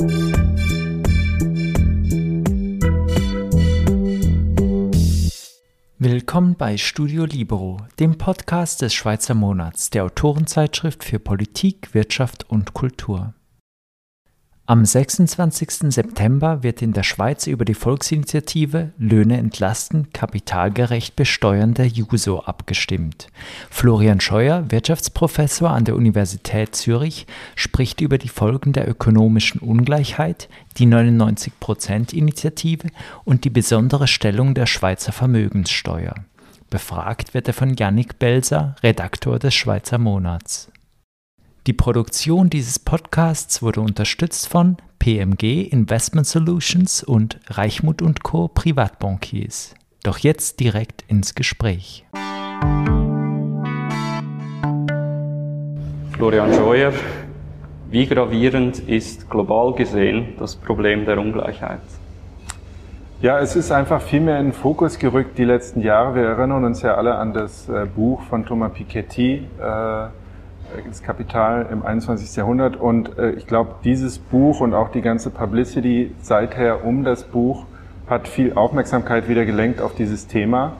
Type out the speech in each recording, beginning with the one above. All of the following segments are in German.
Willkommen bei Studio Libero, dem Podcast des Schweizer Monats, der Autorenzeitschrift für Politik, Wirtschaft und Kultur. Am 26. September wird in der Schweiz über die Volksinitiative Löhne entlasten, kapitalgerecht besteuern der JUSO abgestimmt. Florian Scheuer, Wirtschaftsprofessor an der Universität Zürich, spricht über die Folgen der ökonomischen Ungleichheit, die 99%-Initiative und die besondere Stellung der Schweizer Vermögenssteuer. Befragt wird er von Yannick Belser, Redaktor des Schweizer Monats. Die Produktion dieses Podcasts wurde unterstützt von PMG Investment Solutions und Reichmuth & Co. Privatbankiers. Doch jetzt direkt ins Gespräch. Florian Scheuer, wie gravierend ist global gesehen das Problem der Ungleichheit? Ja, es ist einfach viel mehr in den Fokus gerückt die letzten Jahre. Wir erinnern uns ja alle an das Buch von Thomas Piketty, das Kapital im 21. Jahrhundert, und ich glaube, dieses Buch und auch die ganze Publicity seither um das Buch hat viel Aufmerksamkeit wieder gelenkt auf dieses Thema.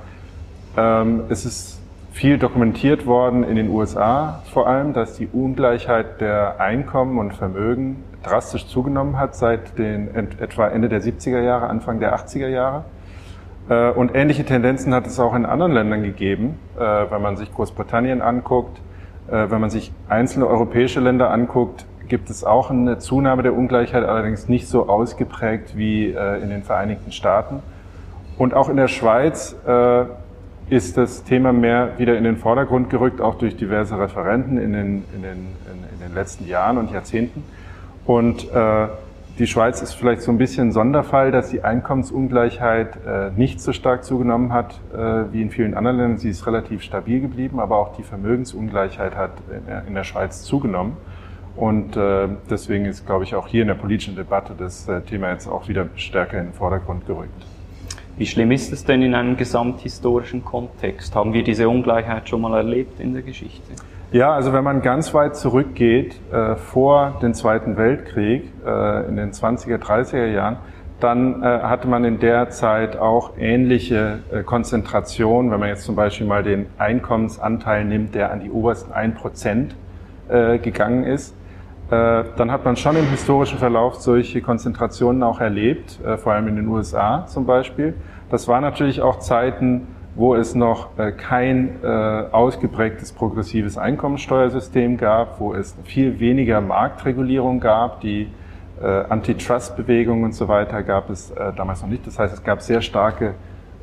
Es ist viel dokumentiert worden in den USA vor allem, dass die Ungleichheit der Einkommen und Vermögen drastisch zugenommen hat seit den etwa Ende der 70er Jahre, Anfang der 80er Jahre. Und ähnliche Tendenzen hat es auch in anderen Ländern gegeben, wenn man sich Großbritannien anguckt. Wenn man sich einzelne europäische Länder anguckt, gibt es auch eine Zunahme der Ungleichheit, allerdings nicht so ausgeprägt wie in den Vereinigten Staaten. Und auch in der Schweiz ist das Thema mehr wieder in den Vordergrund gerückt, auch durch diverse Referenten in den letzten Jahren und Jahrzehnten. Und die Schweiz ist vielleicht so ein bisschen ein Sonderfall, dass die Einkommensungleichheit nicht so stark zugenommen hat wie in vielen anderen Ländern. Sie ist relativ stabil geblieben, aber auch die Vermögensungleichheit hat in der Schweiz zugenommen. Und deswegen ist, glaube ich, auch hier in der politischen Debatte das Thema jetzt auch wieder stärker in den Vordergrund gerückt. Wie schlimm ist es denn in einem gesamthistorischen Kontext? Haben wir diese Ungleichheit schon mal erlebt in der Geschichte? Ja, also wenn man ganz weit zurückgeht, vor dem Zweiten Weltkrieg, in den 20er, 30er Jahren, dann hatte man in der Zeit auch ähnliche Konzentrationen. Wenn man jetzt zum Beispiel mal den Einkommensanteil nimmt, der an die obersten 1% gegangen ist, dann hat man schon im historischen Verlauf solche Konzentrationen auch erlebt, vor allem in den USA zum Beispiel. Das waren natürlich auch Zeiten, wo es noch kein ausgeprägtes progressives Einkommensteuersystem gab, wo es viel weniger Marktregulierung gab, die Antitrust-Bewegung und so weiter gab es damals noch nicht. Das heißt, es gab sehr starke,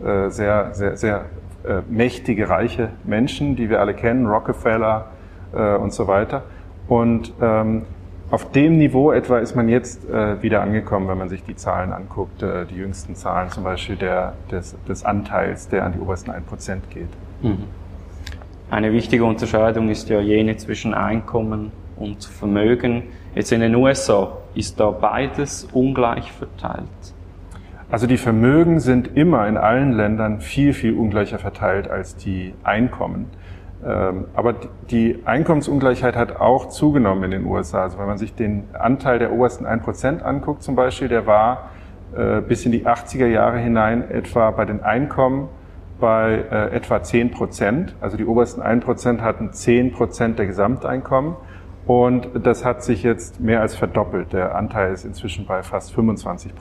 sehr mächtige, reiche Menschen, die wir alle kennen, Rockefeller und so weiter. Und auf dem Niveau etwa ist man jetzt wieder angekommen, wenn man sich die Zahlen anguckt, die jüngsten Zahlen zum Beispiel des Anteils, der an die obersten 1% geht. Eine wichtige Unterscheidung ist ja jene zwischen Einkommen und Vermögen. Jetzt in den USA ist da beides ungleich verteilt? Also die Vermögen sind immer in allen Ländern viel, viel ungleicher verteilt als die Einkommen. Aber die Einkommensungleichheit hat auch zugenommen in den USA. Also wenn man sich den Anteil der obersten 1% anguckt zum Beispiel, der war bis in die 80er Jahre hinein etwa bei den Einkommen bei etwa 10%. Also die obersten 1% hatten 10% der Gesamteinkommen. Und das hat sich jetzt mehr als verdoppelt. Der Anteil ist inzwischen bei fast 25%.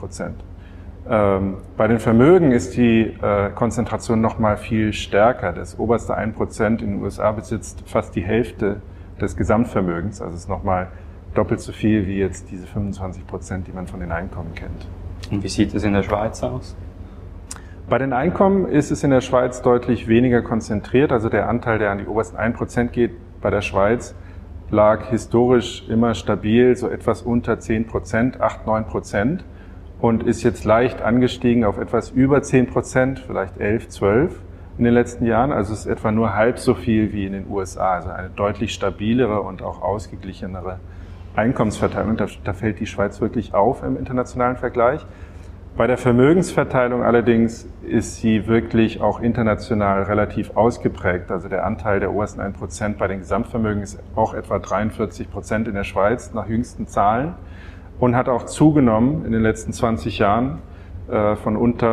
Bei den Vermögen ist die Konzentration noch mal viel stärker. Das oberste 1% in den USA besitzt fast die Hälfte des Gesamtvermögens. Also es ist noch mal doppelt so viel wie jetzt diese 25%, die man von den Einkommen kennt. Und wie sieht es in der Schweiz aus? Bei den Einkommen ist es in der Schweiz deutlich weniger konzentriert. Also der Anteil, der an die obersten 1% geht, bei der Schweiz lag historisch immer stabil, so etwas unter 10%, 8-9%. Und ist jetzt leicht angestiegen auf etwas über 10%, vielleicht 11, 12 in den letzten Jahren. Also es ist etwa nur halb so viel wie in den USA. Also eine deutlich stabilere und auch ausgeglichenere Einkommensverteilung. Da fällt die Schweiz wirklich auf im internationalen Vergleich. Bei der Vermögensverteilung allerdings ist sie wirklich auch international relativ ausgeprägt. Also der Anteil der obersten 1% bei den Gesamtvermögen ist auch etwa 43% in der Schweiz nach jüngsten Zahlen. und hat auch zugenommen in den letzten 20 Jahren von unter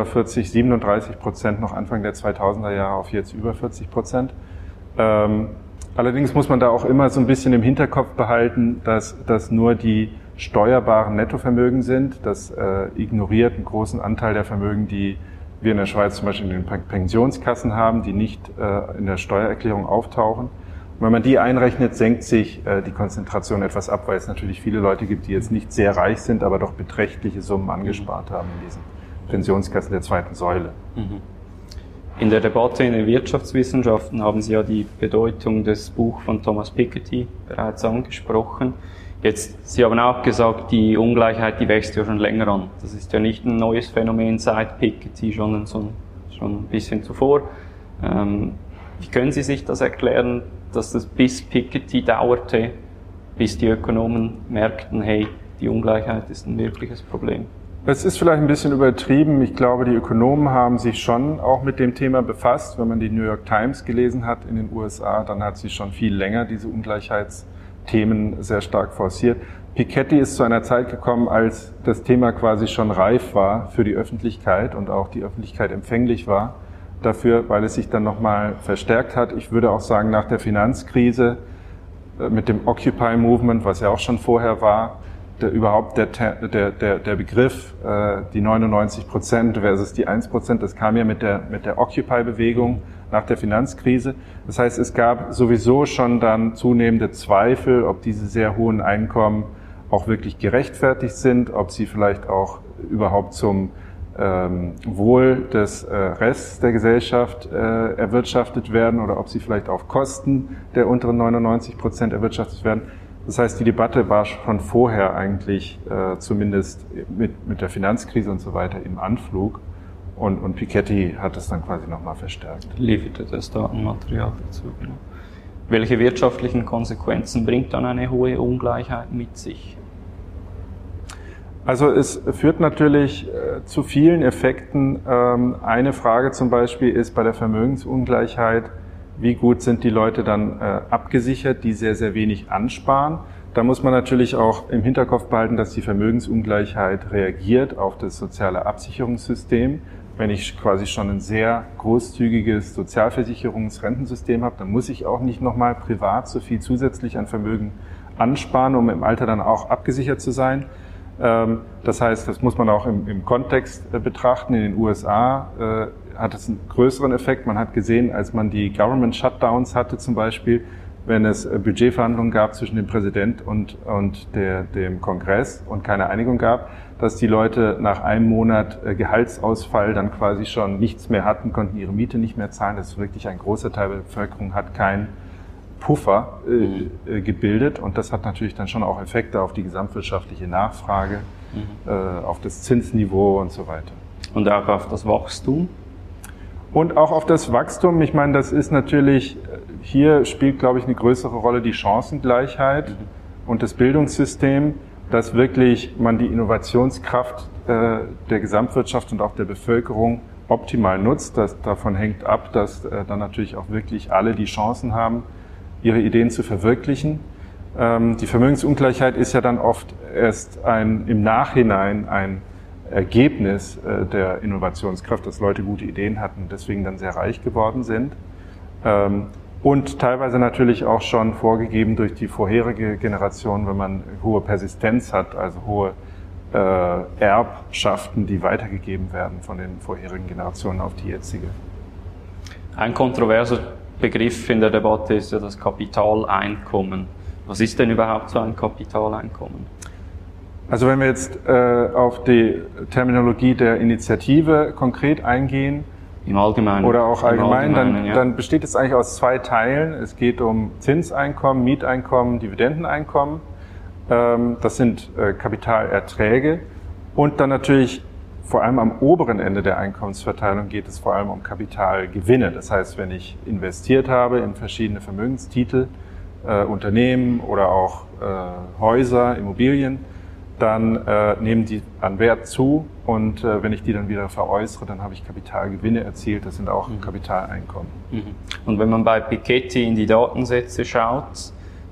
37% noch Anfang der 2000er Jahre auf jetzt über 40%. Allerdings muss man da auch immer so ein bisschen im Hinterkopf behalten, dass das nur die steuerbaren Nettovermögen sind. Das ignoriert einen großen Anteil der Vermögen, die wir in der Schweiz zum Beispiel in den Pensionskassen haben, die nicht in der Steuererklärung auftauchen. Und wenn man die einrechnet, senkt sich die Konzentration etwas ab, weil es natürlich viele Leute gibt, die jetzt nicht sehr reich sind, aber doch beträchtliche Summen angespart haben in diesen Pensionskassen der zweiten Säule. In der Debatte in den Wirtschaftswissenschaften haben Sie ja die Bedeutung des Buchs von Thomas Piketty bereits angesprochen. Sie haben auch gesagt, die Ungleichheit, die wächst ja schon länger an. Das ist ja nicht ein neues Phänomen seit Piketty, schon ein bisschen zuvor. Wie können Sie sich das erklären, dass das bis Piketty dauerte, bis die Ökonomen merkten, hey, die Ungleichheit ist ein wirkliches Problem? Es ist vielleicht ein bisschen übertrieben. Ich glaube, die Ökonomen haben sich schon auch mit dem Thema befasst. Wenn man die New York Times gelesen hat in den USA, dann hat sie schon viel länger diese Ungleichheitsthemen sehr stark forciert. Piketty ist zu einer Zeit gekommen, als das Thema quasi schon reif war für die Öffentlichkeit und auch die Öffentlichkeit empfänglich war dafür, weil es sich dann nochmal verstärkt hat. Ich würde auch sagen, nach der Finanzkrise mit dem Occupy-Movement, was ja auch schon vorher war, der Begriff, die 99% versus die 1%, das kam ja mit der Occupy-Bewegung nach der Finanzkrise. Das heißt, es gab sowieso schon dann zunehmende Zweifel, ob diese sehr hohen Einkommen auch wirklich gerechtfertigt sind, ob sie vielleicht auch überhaupt zum Wohl des Rests der Gesellschaft erwirtschaftet werden oder ob sie vielleicht auf Kosten der unteren 99% erwirtschaftet werden. Das heißt, die Debatte war schon vorher eigentlich zumindest mit der Finanzkrise und so weiter im Anflug und Piketty hat es dann quasi nochmal verstärkt. Lieferte das Datenmaterial dazu. Genau. Welche wirtschaftlichen Konsequenzen bringt dann eine hohe Ungleichheit mit sich? Also es führt natürlich zu vielen Effekten. Eine Frage zum Beispiel ist bei der Vermögensungleichheit, wie gut sind die Leute dann abgesichert, die sehr, sehr wenig ansparen. Da muss man natürlich auch im Hinterkopf behalten, dass die Vermögensungleichheit reagiert auf das soziale Absicherungssystem. Wenn ich quasi schon ein sehr großzügiges Sozialversicherungsrentensystem habe, dann muss ich auch nicht nochmal privat so viel zusätzlich an Vermögen ansparen, um im Alter dann auch abgesichert zu sein. Das heißt, das muss man auch im Kontext betrachten. In den USA hat es einen größeren Effekt. Man hat gesehen, als man die Government Shutdowns hatte zum Beispiel, wenn es Budgetverhandlungen gab zwischen dem Präsident und dem Kongress und keine Einigung gab, dass die Leute nach einem Monat Gehaltsausfall dann quasi schon nichts mehr hatten, konnten ihre Miete nicht mehr zahlen. Das ist wirklich ein großer Teil der Bevölkerung hat keinen Puffer gebildet und das hat natürlich dann schon auch Effekte auf die gesamtwirtschaftliche Nachfrage, auf das Zinsniveau und so weiter. Und auch auf das Wachstum? Und auch auf das Wachstum. Ich meine, das ist natürlich, hier spielt, glaube ich, eine größere Rolle die Chancengleichheit und das Bildungssystem, dass wirklich man die Innovationskraft der Gesamtwirtschaft und auch der Bevölkerung optimal nutzt. Davon hängt ab, dass dann natürlich auch wirklich alle die Chancen haben, ihre Ideen zu verwirklichen. Die Vermögensungleichheit ist ja dann oft erst im Nachhinein ein Ergebnis der Innovationskraft, dass Leute gute Ideen hatten und deswegen dann sehr reich geworden sind. Und teilweise natürlich auch schon vorgegeben durch die vorherige Generation, wenn man hohe Persistenz hat, also hohe Erbschaften, die weitergegeben werden von den vorherigen Generationen auf die jetzige. Ein kontroverser Begriff in der Debatte ist ja das Kapitaleinkommen. Was ist denn überhaupt so ein Kapitaleinkommen? Also wenn wir jetzt auf die Terminologie der Initiative konkret eingehen, im Allgemeinen oder auch allgemein, ja. dann besteht es eigentlich aus zwei Teilen. Es geht um Zinseinkommen, Mieteinkommen, Dividendeneinkommen. Das sind Kapitalerträge und dann natürlich vor allem am oberen Ende der Einkommensverteilung geht es vor allem um Kapitalgewinne. Das heißt, wenn ich investiert habe in verschiedene Vermögenstitel, Unternehmen oder auch Häuser, Immobilien, dann nehmen die an Wert zu und wenn ich die dann wieder veräußere, dann habe ich Kapitalgewinne erzielt. Das sind auch Kapitaleinkommen. Und wenn man bei Piketty in die Datensätze schaut,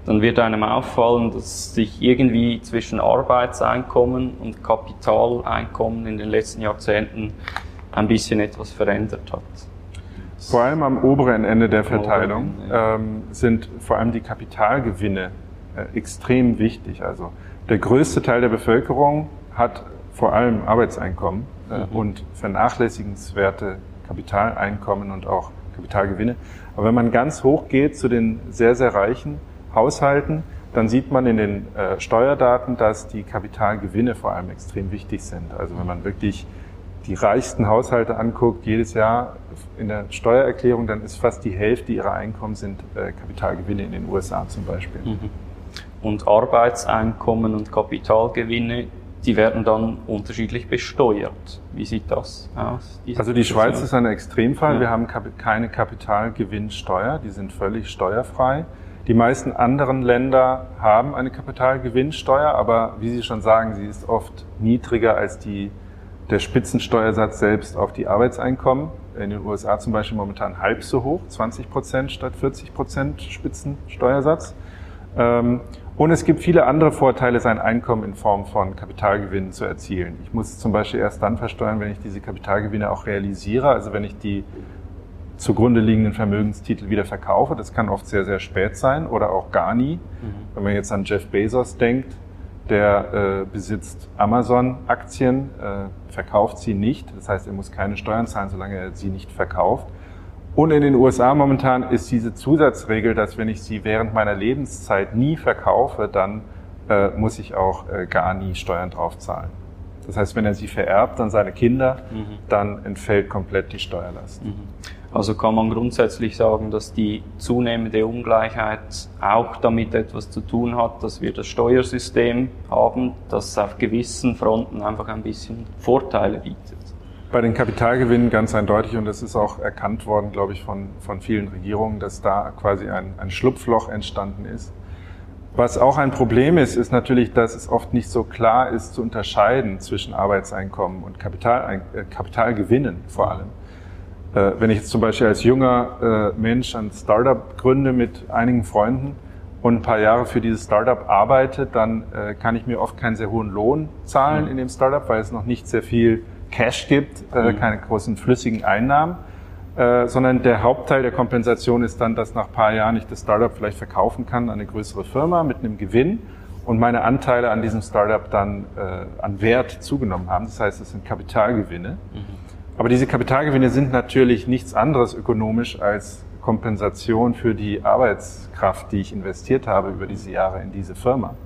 dann wird einem auffallen, dass sich irgendwie zwischen Arbeitseinkommen und Kapitaleinkommen in den letzten Jahrzehnten ein bisschen etwas verändert hat. Vor allem am oberen Ende der Verteilung sind vor allem die Kapitalgewinne extrem wichtig. Also der größte Teil der Bevölkerung hat vor allem Arbeitseinkommen und vernachlässigenswerte Kapitaleinkommen und auch Kapitalgewinne. Aber wenn man ganz hoch geht zu den sehr, sehr reichen Haushalten, dann sieht man in den Steuerdaten, dass die Kapitalgewinne vor allem extrem wichtig sind. Also wenn man wirklich die reichsten Haushalte anguckt, jedes Jahr in der Steuererklärung, dann ist fast die Hälfte ihrer Einkommen sind Kapitalgewinne in den USA zum Beispiel. Und Arbeitseinkommen und Kapitalgewinne, die werden dann unterschiedlich besteuert. Wie sieht das aus? Also die Schweiz ist ein Extremfall. Ja. Wir haben keine Kapitalgewinnsteuer, die sind völlig steuerfrei. Die meisten anderen Länder haben eine Kapitalgewinnsteuer, aber wie Sie schon sagen, sie ist oft niedriger als der Spitzensteuersatz selbst auf die Arbeitseinkommen. In den USA zum Beispiel momentan halb so hoch, 20% statt 40% Spitzensteuersatz. Und es gibt viele andere Vorteile, sein Einkommen in Form von Kapitalgewinnen zu erzielen. Ich muss zum Beispiel erst dann versteuern, wenn ich diese Kapitalgewinne auch realisiere, also wenn ich die zugrunde liegenden Vermögenstitel wieder verkaufe. Das kann oft sehr, sehr spät sein oder auch gar nie. Wenn man jetzt an Jeff Bezos denkt, der besitzt Amazon-Aktien, verkauft sie nicht. Das heißt, er muss keine Steuern zahlen, solange er sie nicht verkauft. Und in den USA momentan ist diese Zusatzregel, dass wenn ich sie während meiner Lebenszeit nie verkaufe, dann muss ich auch gar nie Steuern drauf zahlen. Das heißt, wenn er sie vererbt an seine Kinder, dann entfällt komplett die Steuerlast. Also kann man grundsätzlich sagen, dass die zunehmende Ungleichheit auch damit etwas zu tun hat, dass wir das Steuersystem haben, das auf gewissen Fronten einfach ein bisschen Vorteile bietet. Bei den Kapitalgewinnen ganz eindeutig, und das ist auch erkannt worden, glaube ich, von vielen Regierungen, dass da quasi ein Schlupfloch entstanden ist. Was auch ein Problem ist, ist natürlich, dass es oft nicht so klar ist zu unterscheiden zwischen Arbeitseinkommen und Kapitalgewinnen vor allem. Wenn ich jetzt zum Beispiel als junger Mensch ein Startup gründe mit einigen Freunden und ein paar Jahre für dieses Startup arbeite, dann kann ich mir oft keinen sehr hohen Lohn zahlen in dem Startup, weil es noch nicht sehr viel Cash gibt, keine großen flüssigen Einnahmen, sondern der Hauptteil der Kompensation ist dann, dass nach ein paar Jahren ich das Startup vielleicht verkaufen kann an eine größere Firma mit einem Gewinn und meine Anteile an diesem Startup dann an Wert zugenommen haben. Das heißt, es sind Kapitalgewinne. Aber diese Kapitalgewinne sind natürlich nichts anderes ökonomisch als Kompensation für die Arbeitskraft, die ich investiert habe über diese Jahre in diese Firma.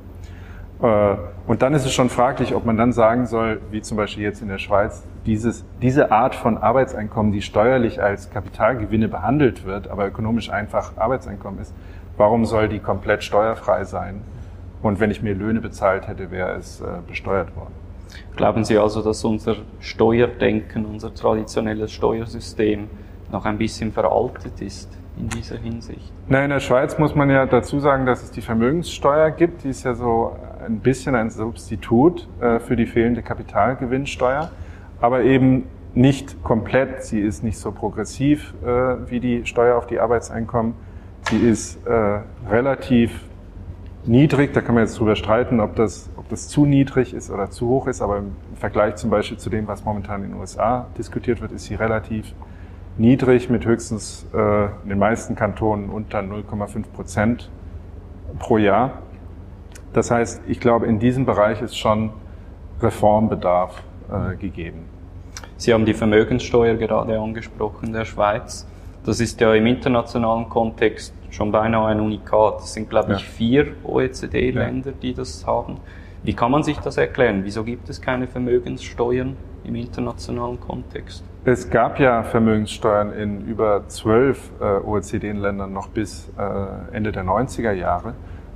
Und dann ist es schon fraglich, ob man dann sagen soll, wie zum Beispiel jetzt in der Schweiz, diese Art von Arbeitseinkommen, die steuerlich als Kapitalgewinne behandelt wird, aber ökonomisch einfach Arbeitseinkommen ist, warum soll die komplett steuerfrei sein? Und wenn ich mir Löhne bezahlt hätte, wäre es besteuert worden. Glauben Sie also, dass unser Steuerdenken, unser traditionelles Steuersystem noch ein bisschen veraltet ist in dieser Hinsicht? Na, in der Schweiz muss man ja dazu sagen, dass es die Vermögenssteuer gibt. Die ist ja so ein bisschen ein Substitut für die fehlende Kapitalgewinnsteuer, aber eben nicht komplett. Sie ist nicht so progressiv wie die Steuer auf die Arbeitseinkommen. Sie ist relativ niedrig. Da kann man jetzt drüber streiten, ob das zu niedrig ist oder zu hoch ist, aber im Vergleich zum Beispiel zu dem, was momentan in den USA diskutiert wird, ist sie relativ niedrig mit höchstens in den meisten Kantonen unter 0,5% pro Jahr. Das heißt, ich glaube, in diesem Bereich ist schon Reformbedarf gegeben. Sie haben die Vermögenssteuer gerade angesprochen, der Schweiz. Das ist ja im internationalen Kontext schon beinahe ein Unikat. Es sind, glaube ich, 4 OECD-Länder, die das haben. Wie kann man sich das erklären? Wieso gibt es keine Vermögenssteuern im internationalen Kontext? Es gab ja Vermögenssteuern in über 12 OECD-Ländern noch bis Ende der 90er Jahre.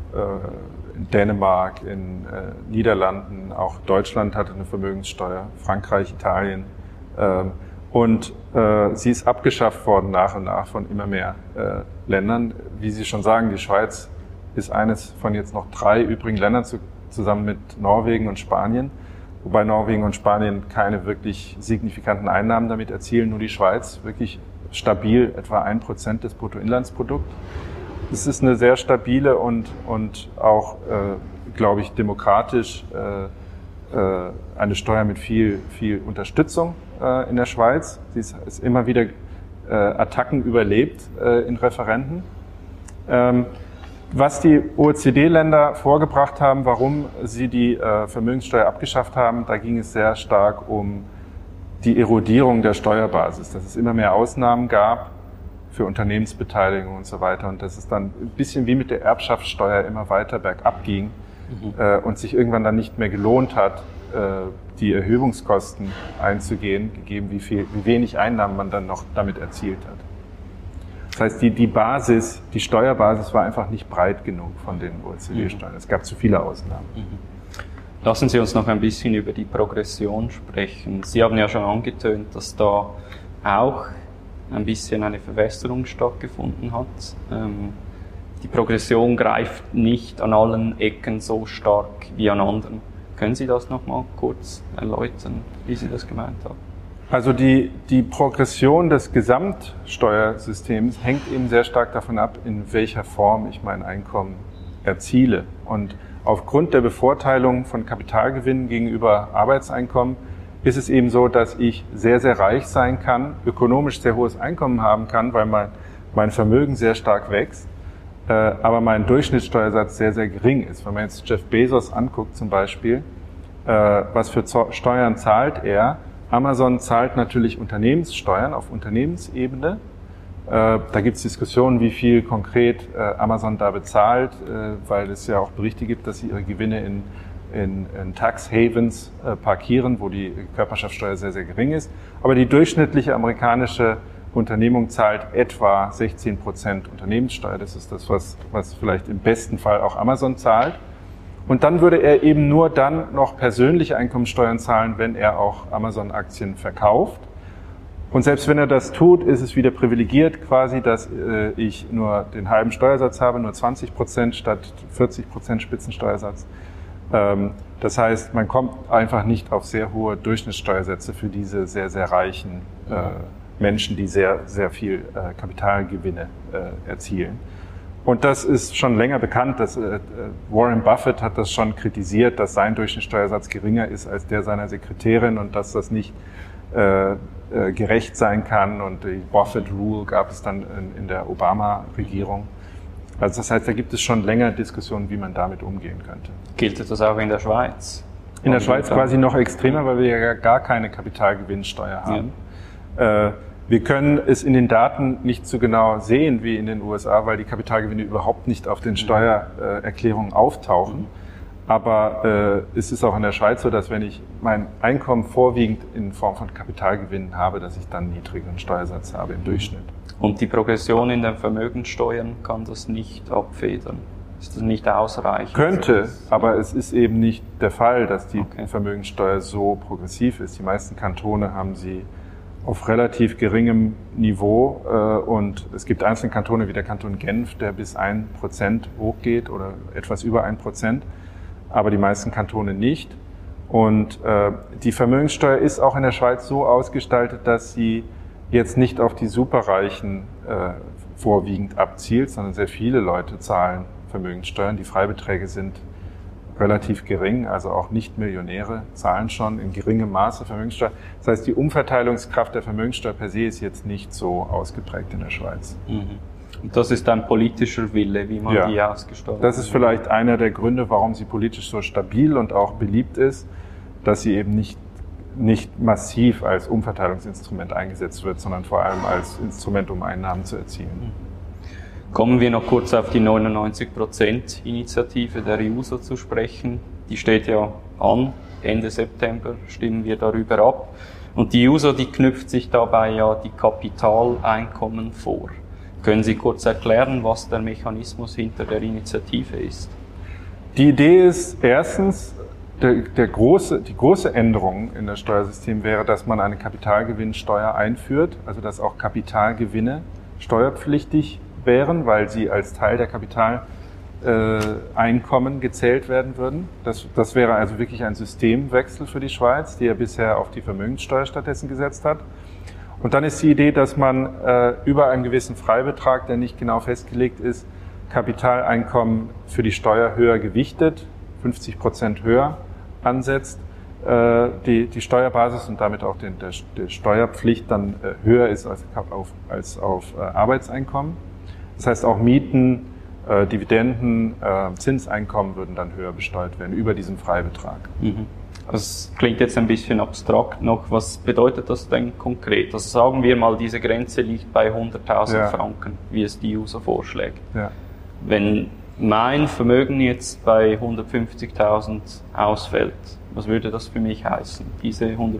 In Dänemark, in Niederlanden, auch Deutschland hatte eine Vermögenssteuer, Frankreich, Italien. Und sie ist abgeschafft worden nach und nach von immer mehr Ländern. Wie Sie schon sagen, die Schweiz ist eines von jetzt noch 3 übrigen Ländern zusammen mit Norwegen und Spanien. Wobei Norwegen und Spanien keine wirklich signifikanten Einnahmen damit erzielen, nur die Schweiz wirklich stabil etwa 1% des Bruttoinlandsprodukts. es ist eine sehr stabile und auch, glaube ich, demokratisch eine Steuer mit viel Unterstützung in der Schweiz. Sie ist immer wieder Attacken überlebt in Referenden. Was die OECD-Länder vorgebracht haben, warum sie die Vermögenssteuer abgeschafft haben, da ging es sehr stark um die Erodierung der Steuerbasis, dass es immer mehr Ausnahmen gab für Unternehmensbeteiligung und so weiter und dass es dann ein bisschen wie mit der Erbschaftssteuer immer weiter bergab ging und sich irgendwann dann nicht mehr gelohnt hat, die Erhöhungskosten einzugehen, gegeben wie wenig Einnahmen man dann noch damit erzielt hat. Das heißt, die Steuerbasis war einfach nicht breit genug von den OECD-Steuern. Es gab zu viele Ausnahmen. Lassen Sie uns noch ein bisschen über die Progression sprechen. Sie haben ja schon angetönt, dass da auch ein bisschen eine Verwässerung stattgefunden hat. Die Progression greift nicht an allen Ecken so stark wie an anderen. Können Sie das noch mal kurz erläutern, wie Sie das gemeint haben? Also die Progression des Gesamtsteuersystems hängt eben sehr stark davon ab, in welcher Form ich mein Einkommen erziele. Und aufgrund der Bevorteilung von Kapitalgewinnen gegenüber Arbeitseinkommen ist es eben so, dass ich sehr, sehr reich sein kann, ökonomisch sehr hohes Einkommen haben kann, weil mein Vermögen sehr stark wächst, aber mein Durchschnittssteuersatz sehr, sehr gering ist. Wenn man jetzt Jeff Bezos anguckt zum Beispiel, was für Steuern zahlt er? Amazon zahlt natürlich Unternehmenssteuern auf Unternehmensebene. Da gibt es Diskussionen, wie viel konkret Amazon da bezahlt, weil es ja auch Berichte gibt, dass sie ihre Gewinne in Tax Havens parkieren, wo die Körperschaftssteuer sehr, sehr gering ist. Aber die durchschnittliche amerikanische Unternehmung zahlt etwa 16% Unternehmenssteuer. Das ist das, was vielleicht im besten Fall auch Amazon zahlt. Und dann würde er eben nur dann noch persönliche Einkommensteuern zahlen, wenn er auch Amazon-Aktien verkauft. Und selbst wenn er das tut, ist es wieder privilegiert quasi, dass ich nur den halben Steuersatz habe, nur 20% statt 40% Spitzensteuersatz. Das heißt, man kommt einfach nicht auf sehr hohe Durchschnittssteuersätze für diese sehr, sehr reichen Menschen, die sehr, sehr viel Kapitalgewinne erzielen. Und das ist schon länger bekannt, dass Warren Buffett hat das schon kritisiert, dass sein Durchschnittssteuersatz geringer ist als der seiner Sekretärin und dass das nicht gerecht sein kann. Und die Buffett Rule gab es dann in der Obama-Regierung. Also das heißt, da gibt es schon länger Diskussionen, wie man damit umgehen könnte. Gilt das auch in der Schweiz? In der Schweiz quasi noch extremer, weil wir ja gar keine Kapitalgewinnsteuer haben. Ja. Wir können es in den Daten nicht so genau sehen wie in den USA, weil die Kapitalgewinne überhaupt nicht auf den Steuererklärungen auftauchen. Aber es ist auch in der Schweiz so, dass wenn ich mein Einkommen vorwiegend in Form von Kapitalgewinnen habe, dass ich dann einen niedrigeren Steuersatz habe im Durchschnitt. Und die Progression in den Vermögenssteuern kann das nicht abfedern? Ist das nicht ausreichend? Könnte, aber es ist eben nicht der Fall, dass die Vermögenssteuer so progressiv ist. Die meisten Kantone haben sie auf relativ geringem Niveau und es gibt einzelne Kantone wie der Kanton Genf, der bis 1% hochgeht oder etwas über 1%, aber die meisten Kantone nicht. Und die Vermögenssteuer ist auch in der Schweiz so ausgestaltet, dass sie jetzt nicht auf die Superreichen vorwiegend abzielt, sondern sehr viele Leute zahlen Vermögenssteuern. Die Freibeträge sind relativ gering, also auch Nicht-Millionäre zahlen schon in geringem Maße Vermögenssteuer. Das heißt, die Umverteilungskraft der Vermögenssteuer per se ist jetzt nicht so ausgeprägt in der Schweiz. Und das ist ein politischer Wille, wie man die ausgestaltet. Das ist vielleicht einer der Gründe, warum sie politisch so stabil und auch beliebt ist, dass sie eben nicht massiv als Umverteilungsinstrument eingesetzt wird, sondern vor allem als Instrument, um Einnahmen zu erzielen. Kommen wir noch kurz auf die 99%-Initiative der JUSO zu sprechen. Die steht ja an. Ende September stimmen wir darüber ab. Und die JUSO, die knüpft sich dabei ja die Kapitaleinkommen vor. Können Sie kurz erklären, was der Mechanismus hinter der Initiative ist? Die Idee ist erstens, die große Änderung in das Steuersystem wäre, dass man eine Kapitalgewinnsteuer einführt, also dass auch Kapitalgewinne steuerpflichtig wären, weil sie als Teil der Kapitaleinkommen gezählt werden würden. Das wäre also wirklich ein Systemwechsel für die Schweiz, die ja bisher auf die Vermögenssteuer stattdessen gesetzt hat. Und dann ist die Idee, dass man über einen gewissen Freibetrag, der nicht genau festgelegt ist, Kapitaleinkommen für die Steuer höher gewichtet, 50% höher ansetzt, die Steuerbasis und damit auch die Steuerpflicht dann höher ist als auf Arbeitseinkommen. Das heißt, auch Mieten, Dividenden, Zinseinkommen würden dann höher besteuert werden über diesen Freibetrag. Mhm. Das klingt jetzt ein bisschen abstrakt noch. Was bedeutet das denn konkret? Also sagen wir mal, diese Grenze liegt bei 100.000 Franken, wie es die EU so vorschlägt. Ja. Wenn mein Vermögen jetzt bei 150.000 ausfällt, was würde das für mich heißen, diese 150%?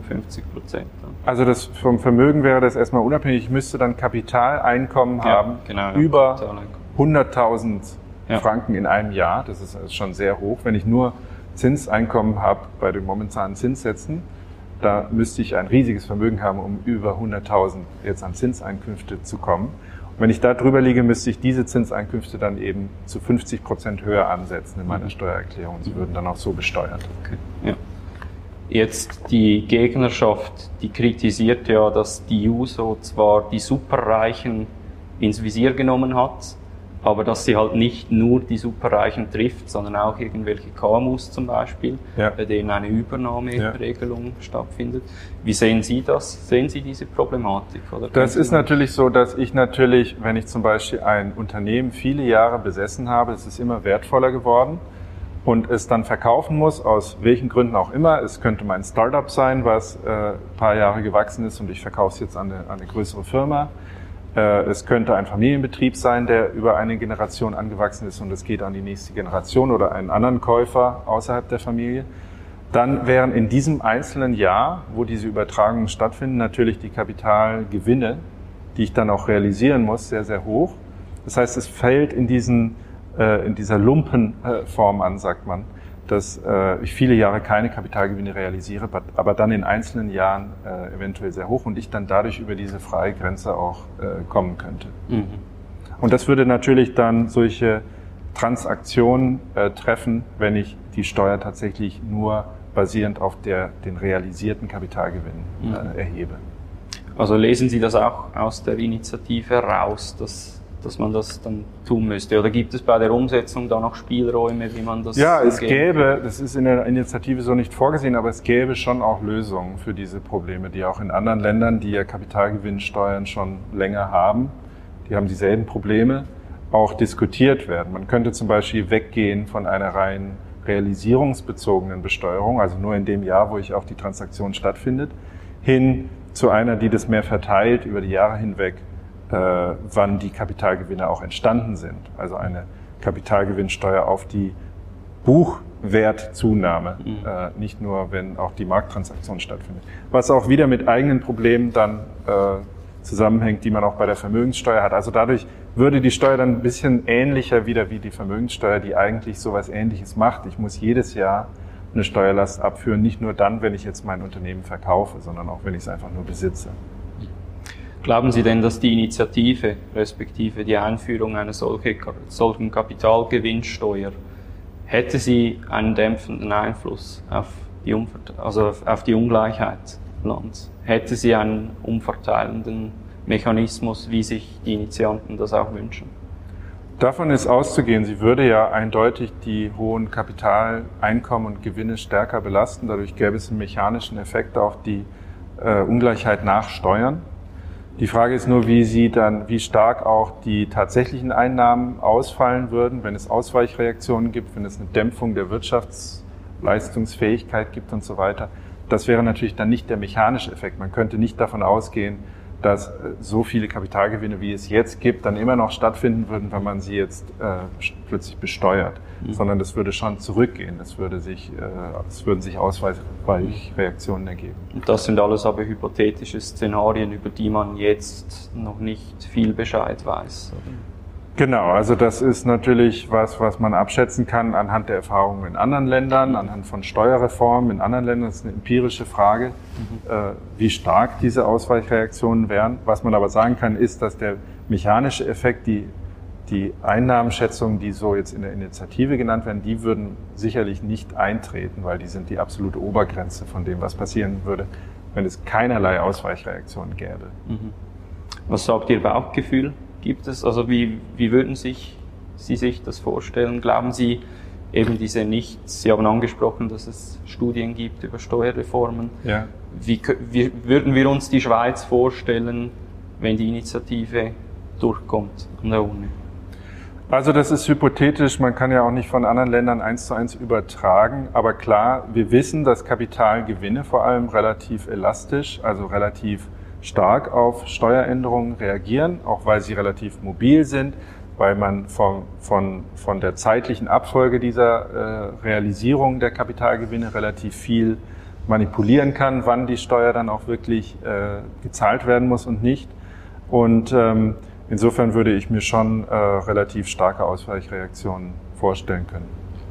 Also das vom Vermögen wäre das erstmal unabhängig. Ich müsste dann Kapitaleinkommen haben über 100.000 Franken in einem Jahr. Das ist schon sehr hoch. Wenn ich nur Zinseinkommen habe bei den momentanen Zinssätzen, da müsste ich ein riesiges Vermögen haben, um über 100.000 jetzt an Zinseinkünfte zu kommen. Und wenn ich da drüber liege, müsste ich diese Zinseinkünfte dann eben zu 50% höher ansetzen in meiner Steuererklärung. Sie würden dann auch so besteuert. Okay. Ja. Jetzt die Gegnerschaft, die kritisiert ja, dass die EU so zwar die Superreichen ins Visier genommen hat, aber dass sie halt nicht nur die Superreichen trifft, sondern auch irgendwelche KMUs zum Beispiel, bei denen eine Übernahmeregelung stattfindet. Wie sehen Sie das? Sehen Sie diese Problematik? Oder das ist natürlich so, dass ich natürlich, wenn ich zum Beispiel ein Unternehmen viele Jahre besessen habe, es ist immer wertvoller geworden und es dann verkaufen muss, aus welchen Gründen auch immer. Es könnte mein Startup sein, was ein paar Jahre gewachsen ist und ich verkaufe es jetzt an eine größere Firma. Es könnte ein Familienbetrieb sein, der über eine Generation angewachsen ist und es geht an die nächste Generation oder einen anderen Käufer außerhalb der Familie. Dann wären in diesem einzelnen Jahr, wo diese Übertragungen stattfinden, natürlich die Kapitalgewinne, die ich dann auch realisieren muss, sehr, sehr hoch. Das heißt, es fällt in dieser Lumpenform an, sagt man, dass ich viele Jahre keine Kapitalgewinne realisiere, aber dann in einzelnen Jahren eventuell sehr hoch und ich dann dadurch über diese freie Grenze auch kommen könnte. Mhm. Und das würde natürlich dann solche Transaktionen treffen, wenn ich die Steuer tatsächlich nur basierend auf den realisierten Kapitalgewinn erhebe. Also lesen Sie das auch aus der Initiative raus, dass man das dann tun müsste? Oder gibt es bei der Umsetzung da noch Spielräume, wie man das... Ja, es gäbe, das ist in der Initiative so nicht vorgesehen, aber es gäbe schon auch Lösungen für diese Probleme, die auch in anderen Ländern, die ja Kapitalgewinnsteuern schon länger haben, die haben dieselben Probleme, auch diskutiert werden. Man könnte zum Beispiel weggehen von einer rein realisierungsbezogenen Besteuerung, also nur in dem Jahr, wo auch die Transaktion stattfindet, hin zu einer, die das mehr verteilt über die Jahre hinweg, wann die Kapitalgewinne auch entstanden sind. Also eine Kapitalgewinnsteuer auf die Buchwertzunahme, nicht nur, wenn auch die Markttransaktion stattfindet. Was auch wieder mit eigenen Problemen dann zusammenhängt, die man auch bei der Vermögenssteuer hat. Also dadurch würde die Steuer dann ein bisschen ähnlicher wieder wie die Vermögenssteuer, die eigentlich sowas Ähnliches macht. Ich muss jedes Jahr eine Steuerlast abführen, nicht nur dann, wenn ich jetzt mein Unternehmen verkaufe, sondern auch, wenn ich es einfach nur besitze. Glauben Sie denn, dass die Initiative, respektive die Einführung einer solchen Kapitalgewinnsteuer, hätte sie einen dämpfenden Einfluss auf die Ungleichheit im Land? Hätte sie einen umverteilenden Mechanismus, wie sich die Initianten das auch wünschen? Davon ist auszugehen, sie würde ja eindeutig die hohen Kapitaleinkommen und Gewinne stärker belasten. Dadurch gäbe es einen mechanischen Effekt auf die Ungleichheit nach Steuern. Die Frage ist nur, wie stark auch die tatsächlichen Einnahmen ausfallen würden, wenn es Ausweichreaktionen gibt, wenn es eine Dämpfung der Wirtschaftsleistungsfähigkeit gibt und so weiter. Das wäre natürlich dann nicht der mechanische Effekt. Man könnte nicht davon ausgehen, dass so viele Kapitalgewinne, wie es jetzt gibt, dann immer noch stattfinden würden, wenn man sie jetzt plötzlich besteuert. Sondern das würde schon zurückgehen. Es würden sich Ausweichreaktionen ergeben. Und das sind alles aber hypothetische Szenarien, über die man jetzt noch nicht viel Bescheid weiß, oder? Genau, also das ist natürlich was man abschätzen kann anhand der Erfahrungen in anderen Ländern, anhand von Steuerreformen in anderen Ländern. Das ist eine empirische Frage, wie stark diese Ausweichreaktionen wären. Was man aber sagen kann, ist, dass der mechanische Effekt, die Einnahmenschätzungen, die so jetzt in der Initiative genannt werden, die würden sicherlich nicht eintreten, weil die sind die absolute Obergrenze von dem, was passieren würde, wenn es keinerlei Ausweichreaktionen gäbe. Was sagt Ihr Bauchgefühl? Gibt es, also wie würden sich Sie sich das vorstellen? Glauben Sie eben Sie haben angesprochen, dass es Studien gibt über Steuerreformen. Ja. Wie würden wir uns die Schweiz vorstellen, wenn die Initiative durchkommt an der Uni? Also das ist hypothetisch, man kann ja auch nicht von anderen Ländern 1:1 übertragen, aber klar, wir wissen, dass Kapitalgewinne vor allem relativ elastisch, also relativ stark auf Steueränderungen reagieren, auch weil sie relativ mobil sind, weil man von der zeitlichen Abfolge dieser Realisierung der Kapitalgewinne relativ viel manipulieren kann, wann die Steuer dann auch wirklich gezahlt werden muss und nicht. Und insofern würde ich mir schon relativ starke Ausweichreaktionen vorstellen können.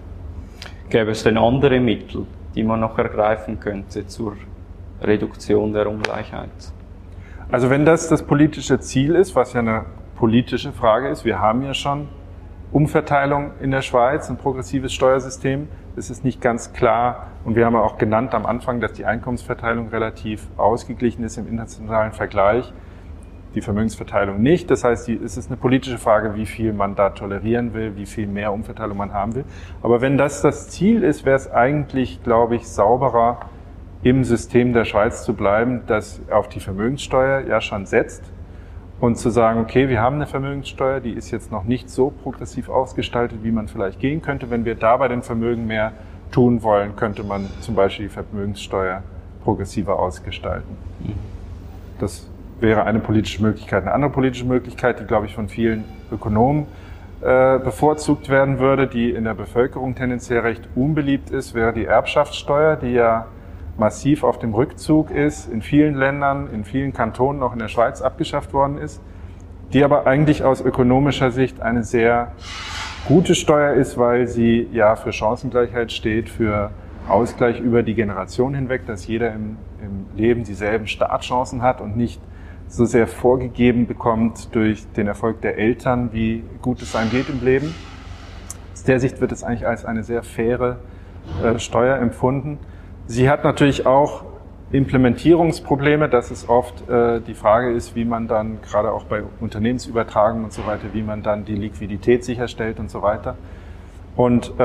Gäbe es denn andere Mittel, die man noch ergreifen könnte zur Reduktion der Ungleichheit? Also wenn das politische Ziel ist, was ja eine politische Frage ist, wir haben ja schon Umverteilung in der Schweiz, ein progressives Steuersystem, es ist nicht ganz klar und wir haben ja auch genannt am Anfang, dass die Einkommensverteilung relativ ausgeglichen ist im internationalen Vergleich. Die Vermögensverteilung nicht. Das heißt, es ist eine politische Frage, wie viel man da tolerieren will, wie viel mehr Umverteilung man haben will. Aber wenn das Ziel ist, wäre es eigentlich, glaube ich, sauberer, im System der Schweiz zu bleiben, das auf die Vermögenssteuer ja schon setzt und zu sagen, okay, wir haben eine Vermögenssteuer, die ist jetzt noch nicht so progressiv ausgestaltet, wie man vielleicht gehen könnte. Wenn wir da bei den Vermögen mehr tun wollen, könnte man zum Beispiel die Vermögenssteuer progressiver ausgestalten. Das wäre eine politische Möglichkeit. Eine andere politische Möglichkeit, die, glaube ich, von vielen Ökonomen bevorzugt werden würde, die in der Bevölkerung tendenziell recht unbeliebt ist, wäre die Erbschaftssteuer, die ja massiv auf dem Rückzug ist, in vielen Ländern, in vielen Kantonen, auch in der Schweiz abgeschafft worden ist, die aber eigentlich aus ökonomischer Sicht eine sehr gute Steuer ist, weil sie ja für Chancengleichheit steht, für Ausgleich über die Generation hinweg, dass jeder im Leben dieselben Startchancen hat und nicht so sehr vorgegeben bekommt durch den Erfolg der Eltern, wie gut es einem geht im Leben. Aus der Sicht wird es eigentlich als eine sehr faire Steuer empfunden. Sie hat natürlich auch Implementierungsprobleme, dass es oft die Frage ist, wie man dann, gerade auch bei Unternehmensübertragungen und so weiter, wie man dann die Liquidität sicherstellt und so weiter. Und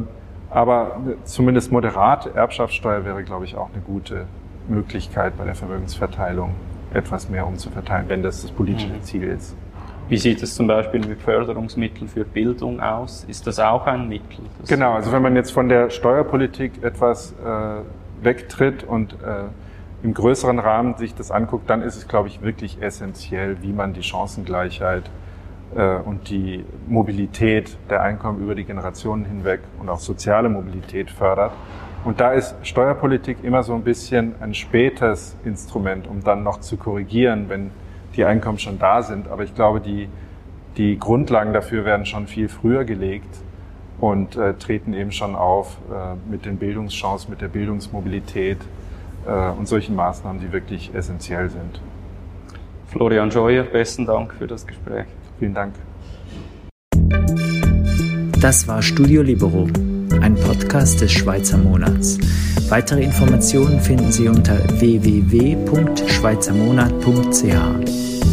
aber zumindest moderate Erbschaftssteuer wäre, glaube ich, auch eine gute Möglichkeit bei der Vermögensverteilung, etwas mehr umzuverteilen, wenn das politische Ziel ist. Wie sieht es zum Beispiel mit Förderungsmitteln für Bildung aus? Ist das auch ein Mittel? Genau, also wenn man jetzt von der Steuerpolitik etwas wegtritt und im größeren Rahmen sich das anguckt, dann ist es, glaube ich, wirklich essentiell, wie man die Chancengleichheit und die Mobilität der Einkommen über die Generationen hinweg und auch soziale Mobilität fördert. Und da ist Steuerpolitik immer so ein bisschen ein spätes Instrument, um dann noch zu korrigieren, wenn die Einkommen schon da sind. Aber ich glaube, die Grundlagen dafür werden schon viel früher gelegt und treten eben schon auf mit den Bildungschancen, mit der Bildungsmobilität und solchen Maßnahmen, die wirklich essentiell sind. Florian Scheuer, besten Dank für das Gespräch. Vielen Dank. Das war Studio Libero, ein Podcast des Schweizer Monats. Weitere Informationen finden Sie unter www.schweizermonat.ch.